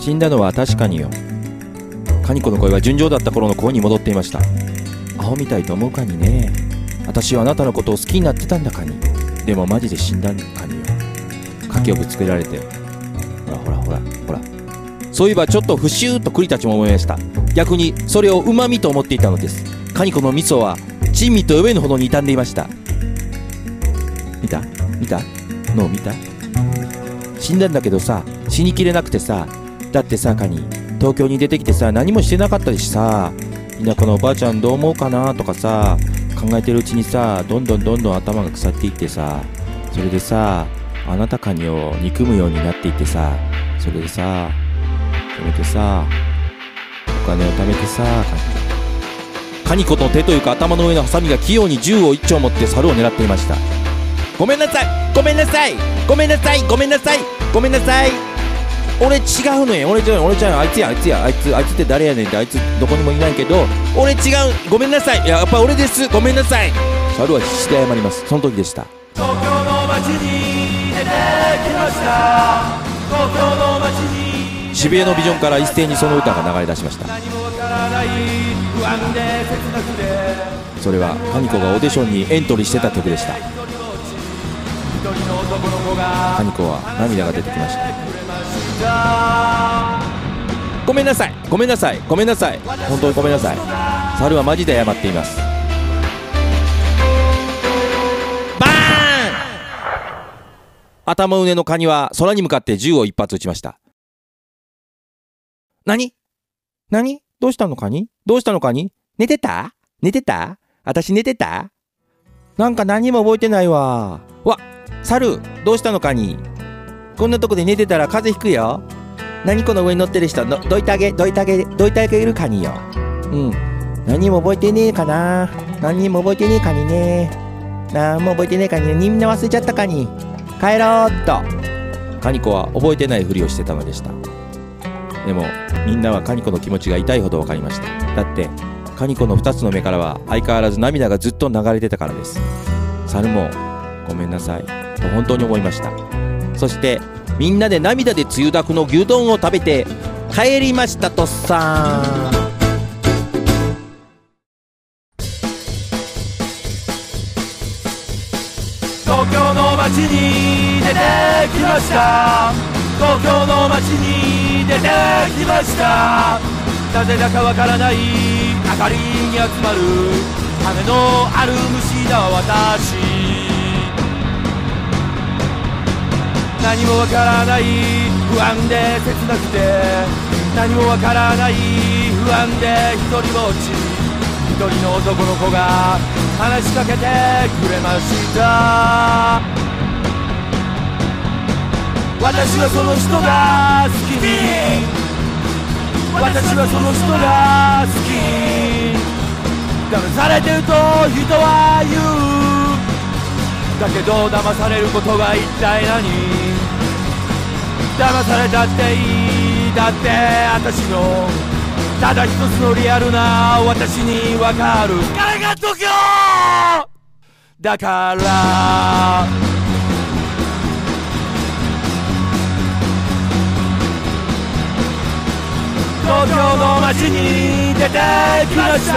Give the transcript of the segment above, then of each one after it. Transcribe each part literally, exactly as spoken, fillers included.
死んだのは確かによ。カニ子の声は純情だった頃の声に戻っていました。アホみたいと思うかにね。私はあなたのことを好きになってたんだカニ。でもマジで死んだんだカニよ。賭けをぶつけられて。ほらほらほらほら。そういえばちょっとふしゅーっと栗たちも思いました。逆にそれをうまみと思っていたのです。カニ子の味噌は珍味と呼べぬほどに傷んでいました。見た見たのを見た。死んだんだけどさ、死にきれなくてさ。だってさカニ、東京に出てきてさ、何もしてなかったしさ、みんなこのおばあちゃんどう思うかなとかさ考えてるうちにさ、どんどんどんどん頭が腐っていってさ、それでさ、あなたカニを憎むようになっていってさ、それでさ、それでさ、お金を貯めてさ、カニ子の手というか頭の上のハサミが器用に銃を一丁持って猿を狙っていました。ごめんなさいごめんなさいごめんなさいごめんなさいごめんなさい、俺違うのよ、俺違う俺違うあいつやあいつやあいつあいつって誰やねんって、あいつどこにもいないけど俺違う、ごめんなさい、いややっぱ俺です、ごめんなさい。猿は必死で謝ります。その時でした。 東京の街に出てきました。東京の街に渋谷のビジョンから一斉にその歌が流れ出しました。 何もわからない不安で切なくて、 それはカニ子がオーディションにエントリーしてた曲でした。 一人の男の子がカニ子は涙が出てきました。ごめんなさいごめんなさいごめんなさい本当にごめんなさい。猿はマジで謝っています。バーン。頭上のカニは空に向かって銃を一発撃ちました。何何どうしたのカニ、どうしたのカニ、寝てた寝てた私寝てた、なんか何も覚えてないわ。わ、猿どうしたのカニ、こんなとこで寝てたら風邪ひくよ。何この上に乗ってる人のどいてあげどいてあげどいてあげるカニよ。うん何も覚えてねえかな、何も覚えてねえカニね、なんも覚えてねえカニね、みんな忘れちゃったカニ、帰ろうっと。カニ子は覚えてないふりをしてたのでした。でもみんなはカニ子の気持ちが痛いほど分かりました。だってカニ子のふたつの目からは相変わらず涙がずっと流れてたからです。猿もごめんなさいと本当に思いました。そしてみんなで涙でつゆだくの牛丼を食べて帰りましたとさ。 東京の街に出てきました。東京の街に出てきました。なぜだかわからない明かりに集まる羽のある虫だ私。何もわからない不安で切なくて、何もわからない不安で一人ぼっち、一人の男の子が話しかけてくれました。私はその人が好きに、私はその人が好き、騙されてると人は言う。だけど騙されることが一体何、騙されたっていい、だって私のただ一つのリアルな私にわかる、これが東京だから。東京の街に出てきました。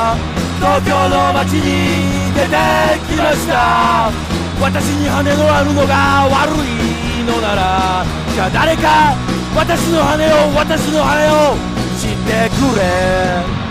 東京の街に出てきました。私に羽のあるのが悪いのなら、じゃあ誰か私の羽を私の羽を知ってくれ。